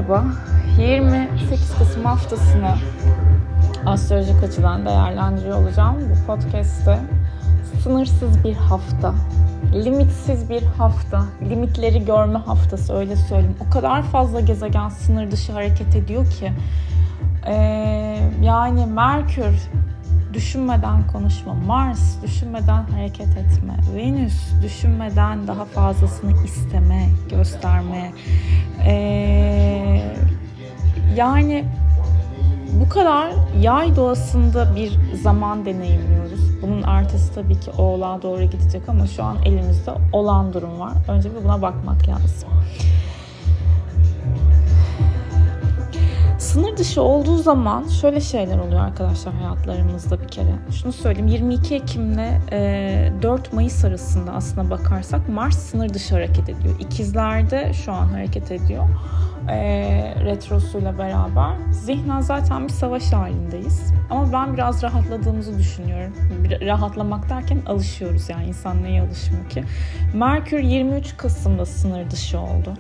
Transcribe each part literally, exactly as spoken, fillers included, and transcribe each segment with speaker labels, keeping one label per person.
Speaker 1: merhaba. yirmi sekiz Kasım haftasını astrolojik açıdan değerlendiriyor olacağım. Bu podcast'te sınırsız bir hafta, limitsiz bir hafta, limitleri görme haftası, öyle söyleyeyim. O kadar fazla gezegen sınır dışı hareket ediyor ki. Ee, yani Merkür düşünmeden konuşma, Mars düşünmeden hareket etme, Venüs düşünmeden daha fazlasını isteme, gösterme. Ee, yani bu kadar yay doğasında bir zaman deneyimliyoruz. Bunun artısı tabii ki Oğlağa doğru gidecek ama şu an elimizde olan durum var. Önce bir buna bakmak lazım. Sınır dışı olduğu zaman şöyle şeyler oluyor arkadaşlar hayatlarımızda bir kere. Şunu söyleyeyim, yirmi iki Ekim ile dört Mayıs arasında aslına bakarsak Mars sınır dışı hareket ediyor. İkizlerde şu an hareket ediyor. E, retrosuyla beraber. Zihnen zaten bir savaş halindeyiz. Ama ben biraz rahatladığımızı düşünüyorum. Bir, rahatlamak derken alışıyoruz, yani insan neye alışmıyor ki? Merkür yirmi üç Kasım'da sınır dışı oldu.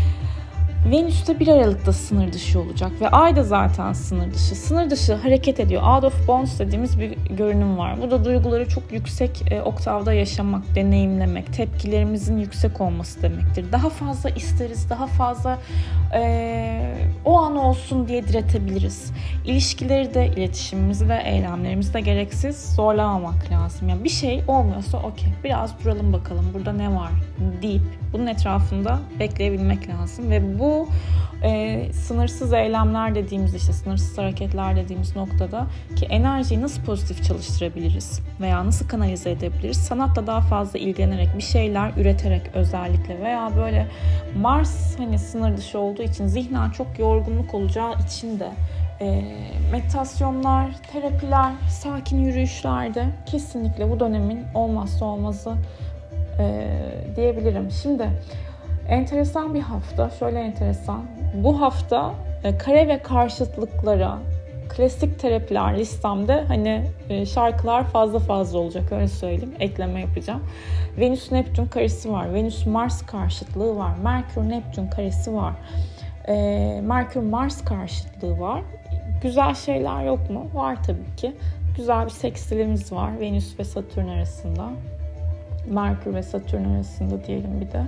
Speaker 1: Venüs de bir Aralık'ta sınır dışı olacak ve Ay da zaten sınır dışı. Sınır dışı hareket ediyor. Out of bounds dediğimiz bir görünüm var. Bu da duyguları çok yüksek e, oktavda yaşamak, deneyimlemek, tepkilerimizin yüksek olması demektir. Daha fazla isteriz, daha fazla e, o an olsun diye diretebiliriz. İlişkileri de, iletişimimizi de, eylemlerimizi de gereksiz zorlamamak lazım. Yani bir şey olmuyorsa okey, biraz duralım bakalım burada ne var deyip bunun etrafında bekleyebilmek lazım ve bu Bu e, sınırsız eylemler dediğimiz, işte sınırsız hareketler dediğimiz noktada ki enerjiyi nasıl pozitif çalıştırabiliriz veya nasıl kanalize edebiliriz? Sanatla daha fazla ilgilenerek, bir şeyler üreterek özellikle veya böyle Mars hani sınır dışı olduğu için zihnen çok yorgunluk olacağı için de e, meditasyonlar, terapiler, sakin yürüyüşlerde kesinlikle bu dönemin olmazsa olmazı e, diyebilirim. Şimdi enteresan bir hafta. Şöyle enteresan. Bu hafta e, kare ve karşıtlıklara, klasik terapiler listemde hani e, şarkılar fazla fazla olacak, öyle söyleyeyim. Ekleme yapacağım. Venüs Neptün karesi var. Venüs Mars karşıtlığı var. Merkür Neptün karesi var. E, Merkür Mars karşıtlığı var. Güzel şeyler yok mu? Var tabii ki. Güzel bir sekstilimiz var. Venüs ve Satürn arasında. Merkür ve Satürn arasında diyelim bir de.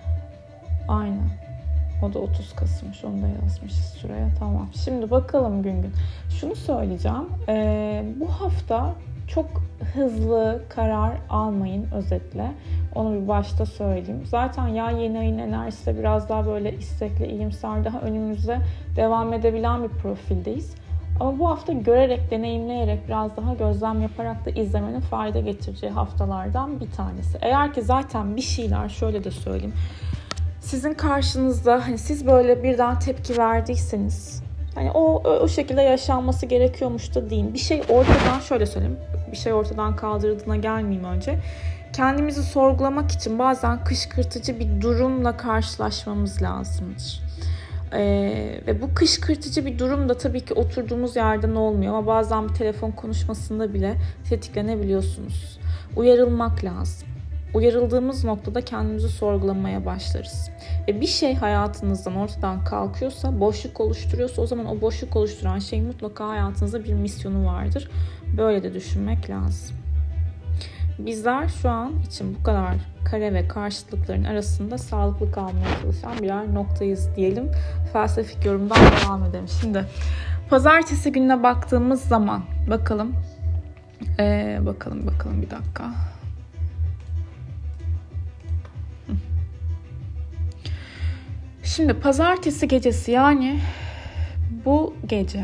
Speaker 1: Aynen. O da otuz Kasım'mış. Onu da yazmışız şuraya. Tamam. Şimdi bakalım gün gün. Şunu söyleyeceğim. Ee, bu hafta çok hızlı karar almayın özetle. Onu bir başta söyleyeyim. Zaten yay yeni ayın enerjisi de biraz daha böyle istekli, iyimser, daha önümüzde devam edebilen bir profildeyiz. Ama bu hafta görerek, deneyimleyerek, biraz daha gözlem yaparak da izlemenin fayda getireceği haftalardan bir tanesi. Eğer ki zaten bir şeyler, şöyle de söyleyeyim, sizin karşınızda hani siz böyle birden tepki verdiyseniz, hani o o şekilde yaşanması gerekiyormuş da değil. Bir şey ortadan, şöyle söyleyeyim, bir şey ortadan kaldırıldığına gelmeyeyim önce. Kendimizi sorgulamak için bazen kışkırtıcı bir durumla karşılaşmamız lazımdır. Ee, ve bu kışkırtıcı bir durum da tabii ki oturduğumuz yerden olmuyor ama bazen bir telefon konuşmasında bile tetiklenebiliyorsunuz. Uyarılmak lazım. Uyarıldığımız noktada kendimizi sorgulamaya başlarız. Ve bir şey hayatınızdan ortadan kalkıyorsa, boşluk oluşturuyorsa, o zaman o boşluk oluşturan şeyin mutlaka hayatınızda bir misyonu vardır. Böyle de düşünmek lazım. Bizler şu an için bu kadar kare ve karşıtlıkların arasında sağlıklı kalmaya çalışan birer noktayız diyelim. Felsefik yorumdan devam edelim. Şimdi pazartesi gününe baktığımız zaman bakalım. Ee, bakalım bakalım bir dakika. Şimdi pazartesi gecesi, yani bu gece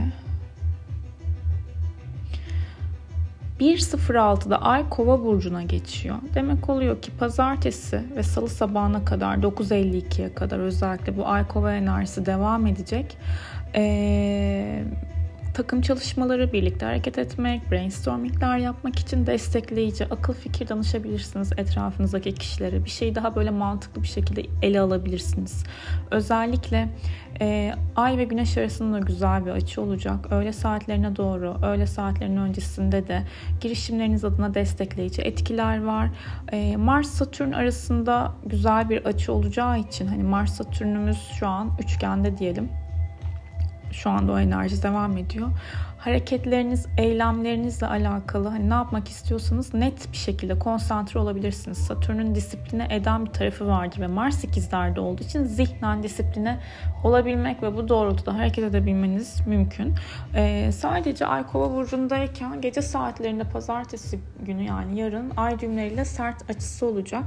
Speaker 1: bir sıfır altıda Ay Kova burcuna geçiyor. Demek oluyor ki pazartesi ve salı sabahına kadar, dokuz elli ikiye kadar özellikle bu Ay Kova enerjisi devam edecek. Ee, takım çalışmaları, birlikte hareket etmek, brainstormingler yapmak için destekleyici, akıl fikir danışabilirsiniz etrafınızdaki kişilere. Bir şeyi daha böyle mantıklı bir şekilde ele alabilirsiniz. Özellikle e, Ay ve Güneş arasında güzel bir açı olacak. Öğle saatlerine doğru, öğle saatlerinin öncesinde de girişimleriniz adına destekleyici etkiler var. E, Mars-Satürn arasında güzel bir açı olacağı için, hani Mars-Satürn'ümüz şu an üçgende diyelim. Şu anda o enerji devam ediyor. Hareketleriniz, eylemlerinizle alakalı hani ne yapmak istiyorsanız net bir şekilde konsantre olabilirsiniz. Satürn'ün disipline eden bir tarafı vardır ve Mars ikizlerde olduğu için zihnen disipline olabilmek ve bu doğrultuda hareket edebilmeniz mümkün. Ee, sadece Ay Kova burcundayken gece saatlerinde pazartesi günü, yani yarın ay düğümleriyle sert açısı olacak.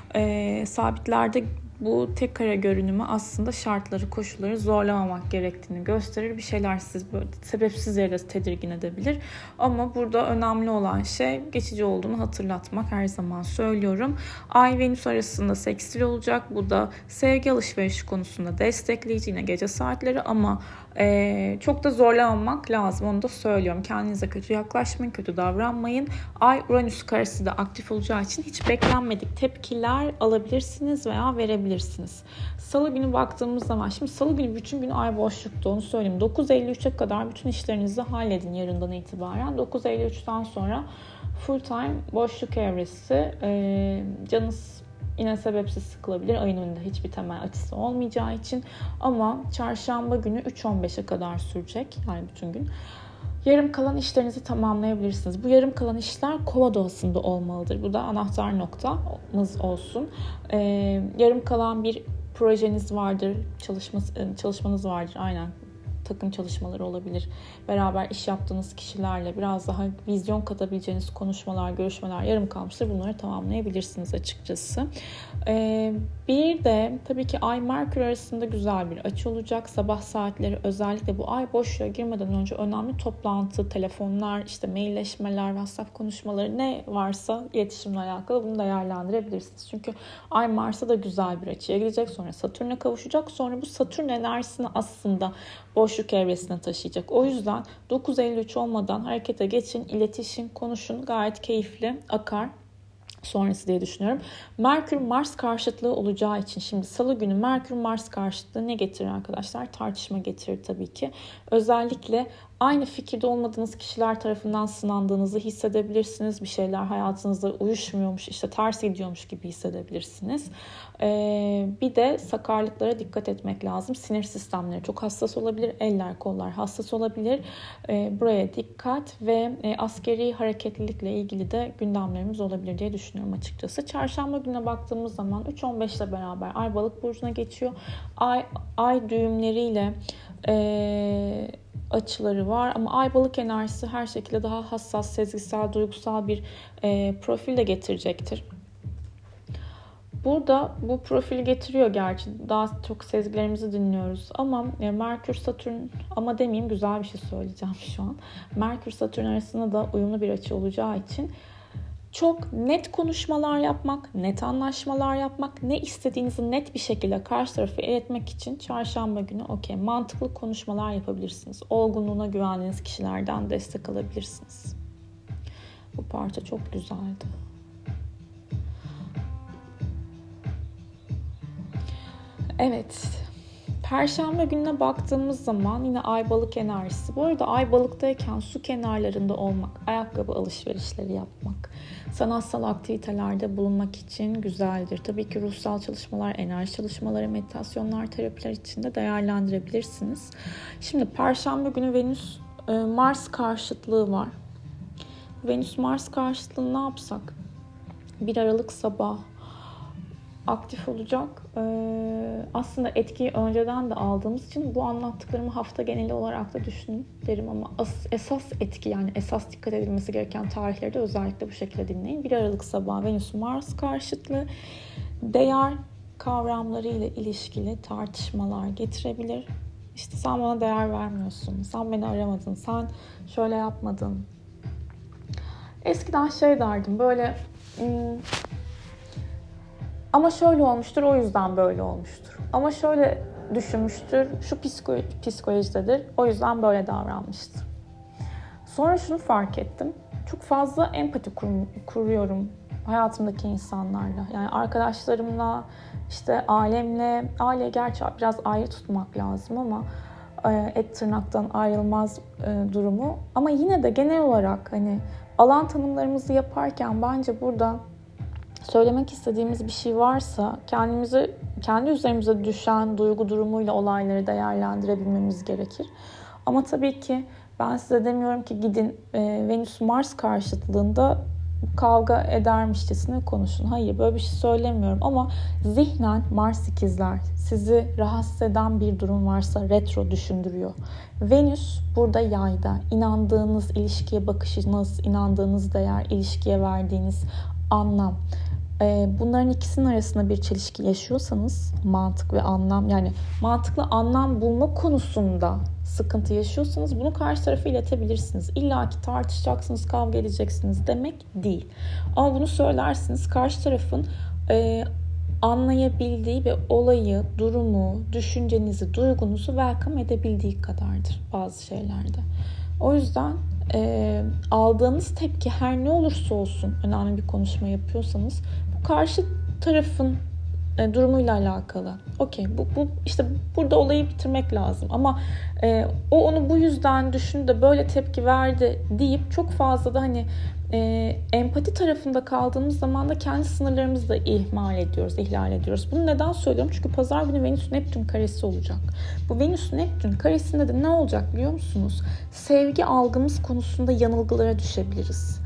Speaker 1: Ee, sabitlerde bu tek kare görünümü aslında şartları, koşulları zorlamamak gerektiğini gösterir. Bir şeyler siz böyle sebepsiz yere tedirgin edebilir. Ama burada önemli olan şey geçici olduğunu hatırlatmak. Her zaman söylüyorum. Ay Venüs arasında sekstil olacak. Bu da sevgi alışverişi konusunda destekleyici, yine gece saatleri, ama Ee, çok da zorlamamak lazım. Onu da söylüyorum. Kendinize kötü yaklaşmayın, kötü davranmayın. Ay Uranüs karesi de aktif olacağı için hiç beklenmedik tepkiler alabilirsiniz veya verebilirsiniz. Salı günü baktığımız zaman, şimdi Salı günü bütün gün ay boşlukta, onu söyleyeyim. dokuz elli üçe kadar bütün işlerinizi halledin yarından itibaren. dokuz elli üçten sonra full time boşluk evresi. Ee, canınız yine sebepsiz sıkılabilir. Ayın önünde hiçbir temel açısı olmayacağı için. Ama çarşamba günü üç on beşe kadar sürecek. Yani bütün gün. Yarım kalan işlerinizi tamamlayabilirsiniz. Bu yarım kalan işler Kova doğasında olmalıdır. Bu da anahtar noktamız olsun. Ee, yarım kalan bir projeniz vardır. Çalışma, çalışmanız vardır. Aynen. Takım çalışmaları olabilir. Beraber iş yaptığınız kişilerle biraz daha vizyon katabileceğiniz konuşmalar, görüşmeler yarım kalmıştır. Bunları tamamlayabilirsiniz açıkçası. Ee, bir de tabii ki Ay Merkür arasında güzel bir açı olacak. Sabah saatleri özellikle bu ay boşluğa girmeden önce önemli toplantı, telefonlar, işte mailleşmeler, WhatsApp konuşmaları, ne varsa iletişimle alakalı bunu değerlendirebilirsiniz. Çünkü Ay Mars'a da güzel bir açıya girecek. Sonra Satürn'e kavuşacak. Sonra bu Satürn enerjisini aslında boşluk evresine taşıyacak. O yüzden dokuz elli üç olmadan harekete geçin, iletişim, konuşun. Gayet keyifli akar sonrası diye düşünüyorum. Merkür Mars karşıtlığı olacağı için şimdi Salı günü Merkür Mars karşıtlığı ne getirir arkadaşlar? Tartışma getirir tabii ki. Özellikle aynı fikirde olmadığınız kişiler tarafından sınandığınızı hissedebilirsiniz. Bir şeyler hayatınızda uyuşmuyormuş, işte ters gidiyormuş gibi hissedebilirsiniz. Ee, bir de sakarlıklara dikkat etmek lazım. Sinir sistemleri çok hassas olabilir. Eller, kollar hassas olabilir. Ee, buraya dikkat ve e, askeri hareketlilikle ilgili de gündemlerimiz olabilir diye düşünüyorum açıkçası. Çarşamba gününe baktığımız zaman üç on beş ile beraber Ay Balık burcuna geçiyor. Ay, ay düğümleriyle e, açıları var ama Ay Balık enerjisi her şekilde daha hassas, sezgisel, duygusal bir e, profil de getirecektir. Burada bu profili getiriyor gerçi. Daha çok sezgilerimizi dinliyoruz. Ama Merkür Satürn, ama demeyeyim, güzel bir şey söyleyeceğim şu an. Merkür Satürn arasında da uyumlu bir açı olacağı için çok net konuşmalar yapmak, net anlaşmalar yapmak, ne istediğinizi net bir şekilde karşı tarafa iletmek için çarşamba günü okey, mantıklı konuşmalar yapabilirsiniz. Olgunluğuna güvendiğiniz kişilerden destek alabilirsiniz. Bu parça çok güzeldi. Evet, Perşembe gününe baktığımız zaman yine Ay Balık enerjisi. Bu arada Ay Balık'tayken su kenarlarında olmak, ayakkabı alışverişleri yapmak, sanatsal aktivitelerde bulunmak için güzeldir. Tabii ki ruhsal çalışmalar, enerji çalışmaları, meditasyonlar, terapiler için de değerlendirebilirsiniz. Şimdi Perşembe günü Venüs Mars karşıtlığı var. Venüs Mars karşıtlığını ne yapsak? bir Aralık sabah aktif olacak. Ee, aslında etkiyi önceden de aldığımız için bu anlattıklarımı hafta geneli olarak da düşünün derim ama as, esas etki, yani esas dikkat edilmesi gereken tarihleri de özellikle bu şekilde dinleyin. bir Aralık sabahı Venüs Mars karşıtlığı değer kavramları ile ilişkili tartışmalar getirebilir. İşte sen bana değer vermiyorsun, sen beni aramadın, sen şöyle yapmadın. Eskiden şey derdim böyle... Hmm, Ama şöyle olmuştur, o yüzden böyle olmuştur. Ama şöyle düşünmüştür, şu psikoloji, psikolojidedir, o yüzden böyle davranmıştır. Sonra şunu fark ettim, çok fazla empati kur, kuruyorum hayatımdaki insanlarla. Yani arkadaşlarımla, işte ailemle, aileyi gerçi biraz ayrı tutmak lazım ama et tırnaktan ayrılmaz durumu. Ama yine de genel olarak hani alan tanımlarımızı yaparken bence burada söylemek istediğimiz bir şey varsa kendimizi, kendi üzerimize düşen duygu durumuyla olayları değerlendirebilmemiz gerekir. Ama tabii ki ben size demiyorum ki gidin e, Venüs-Mars karşıtlığında kavga edermişçesine konuşun. Hayır, böyle bir şey söylemiyorum ama zihnen Mars ikizler sizi rahatsız eden bir durum varsa retro düşündürüyor. Venüs burada yayda. İnandığınız ilişkiye bakışınız, inandığınız değer, ilişkiye verdiğiniz anlam. Bunların ikisinin arasında bir çelişki yaşıyorsanız, mantık ve anlam, yani mantıklı anlam bulma konusunda sıkıntı yaşıyorsanız bunu karşı tarafa iletebilirsiniz. İlla ki tartışacaksınız, kavga edeceksiniz demek değil. Ama bunu söylersiniz, karşı tarafın e, anlayabildiği ve olayı, durumu, düşüncenizi, duygunuzu welcome edebildiği kadardır bazı şeylerde. O yüzden e, aldığınız tepki her ne olursa olsun, önemli bir konuşma yapıyorsanız bu karşı tarafın e, durumuyla alakalı. Okey, bu, bu işte burada olayı bitirmek lazım ama e, o onu bu yüzden düşündü de böyle tepki verdi deyip çok fazla da hani e, empati tarafında kaldığımız zaman da kendi sınırlarımızı da ihmal ediyoruz, ihlal ediyoruz. Bunu neden söylüyorum? Çünkü pazar günü Venüs-Neptün karesi olacak. Bu Venüs-Neptün karesinde de ne olacak biliyor musunuz? Sevgi algımız konusunda yanılgılara düşebiliriz.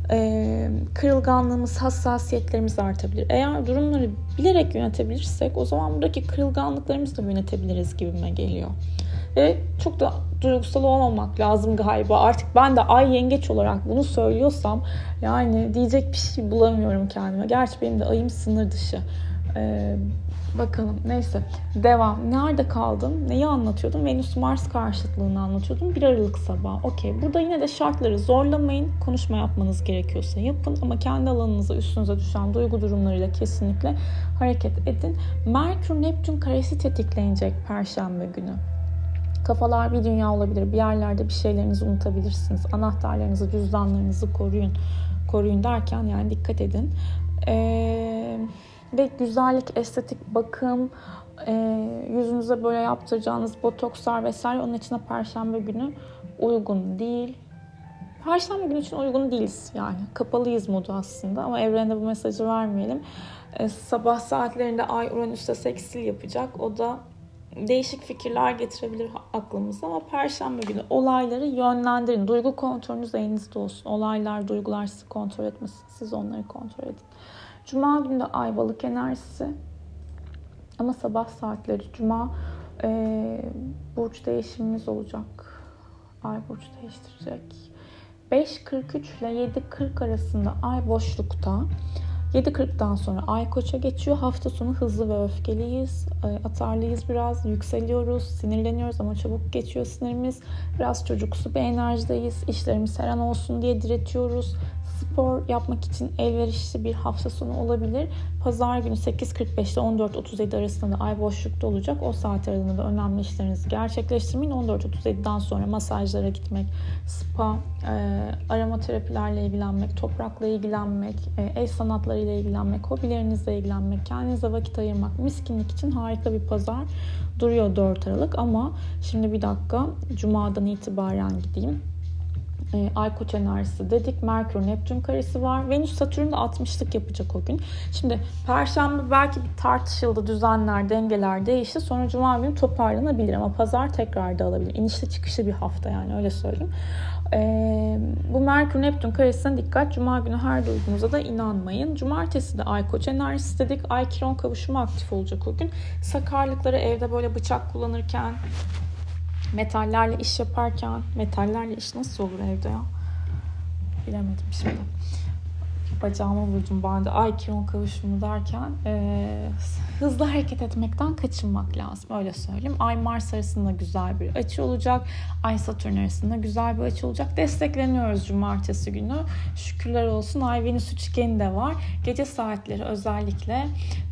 Speaker 1: Ee, kırılganlığımız, hassasiyetlerimiz artabilir. Eğer durumları bilerek yönetebilirsek o zaman buradaki kırılganlıklarımızı da yönetebiliriz gibime geliyor. Ve çok da duygusal olmamak lazım galiba. Artık ben de ay yengeç olarak bunu söylüyorsam yani diyecek bir şey bulamıyorum kendime. Gerçi benim de ayım sınır dışı. Ee, bakalım neyse devam. Nerede kaldım? Neyi anlatıyordum? Venüs-Mars karşıtlığını anlatıyordum. bir Aralık sabahı. Okey. Burada yine de şartları zorlamayın. Konuşma yapmanız gerekiyorsa yapın. Ama kendi alanınıza, üstünüze düşen duygu durumlarıyla kesinlikle hareket edin. Merkür-Neptün karesi tetiklenecek Perşembe günü. Kafalar bir dünya olabilir. Bir yerlerde bir şeylerinizi unutabilirsiniz. Anahtarlarınızı, cüzdanlarınızı koruyun. Koruyun derken yani dikkat edin. Ee, ve güzellik, estetik, bakım, e, yüzünüze böyle yaptıracağınız botokslar vesaire onun için de Perşembe günü uygun değil. Perşembe günü için uygun değiliz yani. Kapalıyız modu aslında ama evrende bu mesajı vermeyelim. Ee, sabah saatlerinde Ay Uranüs'te seksil yapacak. O da değişik fikirler getirebilir aklımıza ama Perşembe günü olayları yönlendirin. Duygu kontrolünüz elinizde olsun. Olaylar, duygular sizi kontrol etmesin. Siz onları kontrol edin. Cuma günü de Ay Balık enerjisi. Ama sabah saatleri Cuma e, burç değişimimiz olacak. Ay burç değiştirecek. beş kırk üç ile yedi kırk arasında Ay boşlukta. yedi kırktan sonra Ay Koç'a geçiyor. Hafta sonu hızlı ve öfkeliyiz. Atarlıyız biraz. Yükseliyoruz. Sinirleniyoruz ama çabuk geçiyor sinirimiz. Biraz çocuksu bir enerjideyiz. İşlerimiz her an olsun diye diretiyoruz. Spor yapmak için elverişli bir hafta sonu olabilir. Pazar günü sekiz kırk beş ile on dört otuz yedi arasında da Ay boşlukta olacak. O saat aralığında da önemli işlerinizi gerçekleştirmeyin. on dört otuz yediden sonra masajlara gitmek, spa, e, arama terapilerle ilgilenmek, toprakla ilgilenmek, e, el sanatlarıyla ilgilenmek, hobilerinizle ilgilenmek, kendinize vakit ayırmak, miskinlik için harika bir pazar duruyor dört Aralık. Ama şimdi bir dakika, Cuma'dan itibaren gideyim. Ay Koç enerjisi dedik. Merkür Neptün karesi var. Venüs Satürn de altmışlık yapacak o gün. Şimdi Perşembe belki bir tartışıldı, düzenler, dengeler değişti. Sonra Cuma günü toparlanabilir ama Pazar tekrar dağılabilir. İnişli çıkışlı bir hafta yani öyle söyleyeyim. Ee, bu Merkür Neptün karesine dikkat. Cuma günü her duygunuza da inanmayın. Cumartesi de Ay Koç enerjisi dedik. Ay Kiron kavuşumu aktif olacak o gün. Sakarlıkları evde böyle bıçak kullanırken, metallerle iş yaparken, metallerle iş nasıl olur evde ya? Bilemedim şimdi. Bacağıma vurdum ben de Ay Kiron kavuşumu derken e, hızlı hareket etmekten kaçınmak lazım. Öyle söyleyeyim. Ay Mars arasında güzel bir açı olacak. Ay Satürn arasında güzel bir açı olacak. Destekleniyoruz cumartesi günü. Şükürler olsun. Ay Venüs üçgeni de var. Gece saatleri özellikle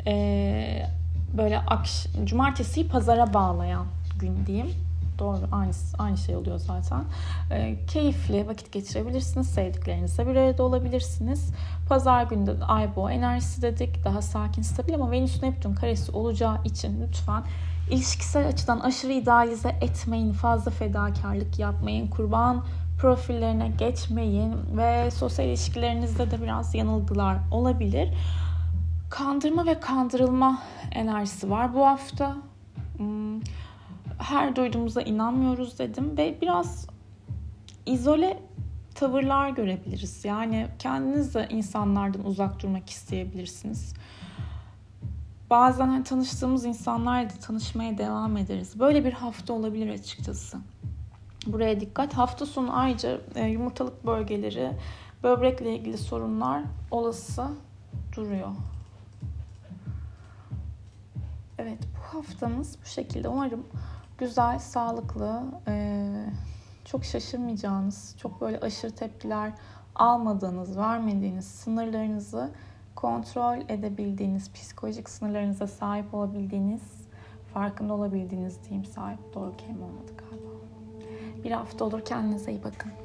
Speaker 1: e, böyle akş, cumartesiyi pazara bağlayan gün diyeyim. Doğru, aynı, aynı şey oluyor zaten. E, keyifli vakit geçirebilirsiniz. Sevdiklerinizle bir arada olabilirsiniz. Pazar günü de Ay Boğa enerjisi dedik. Daha sakin, stabil ama Venüs Neptün karesi olacağı için lütfen ilişkisel açıdan aşırı idealize etmeyin. Fazla fedakarlık yapmayın. Kurban profillerine geçmeyin. Ve sosyal ilişkilerinizde de biraz yanılgılar olabilir. Kandırma ve kandırılma enerjisi var bu hafta. Hmm. her duyduğumuza inanmıyoruz dedim ve biraz izole tavırlar görebiliriz. Yani kendiniz de insanlardan uzak durmak isteyebilirsiniz. Bazen hani tanıştığımız insanlarla da tanışmaya devam ederiz. Böyle bir hafta olabilir açıkçası. Buraya dikkat. Hafta sonu ayrıca e, yumurtalık bölgeleri, böbrekle ilgili sorunlar olası duruyor. Evet, bu haftamız bu şekilde. Umarım güzel, sağlıklı, e, çok şaşırmayacağınız, çok böyle aşırı tepkiler almadığınız, vermediğiniz, sınırlarınızı kontrol edebildiğiniz, psikolojik sınırlarınıza sahip olabildiğiniz, farkında olabildiğiniz diyeyim, sahip doğru kelime olmadı galiba. Bir hafta olur, kendinize iyi bakın.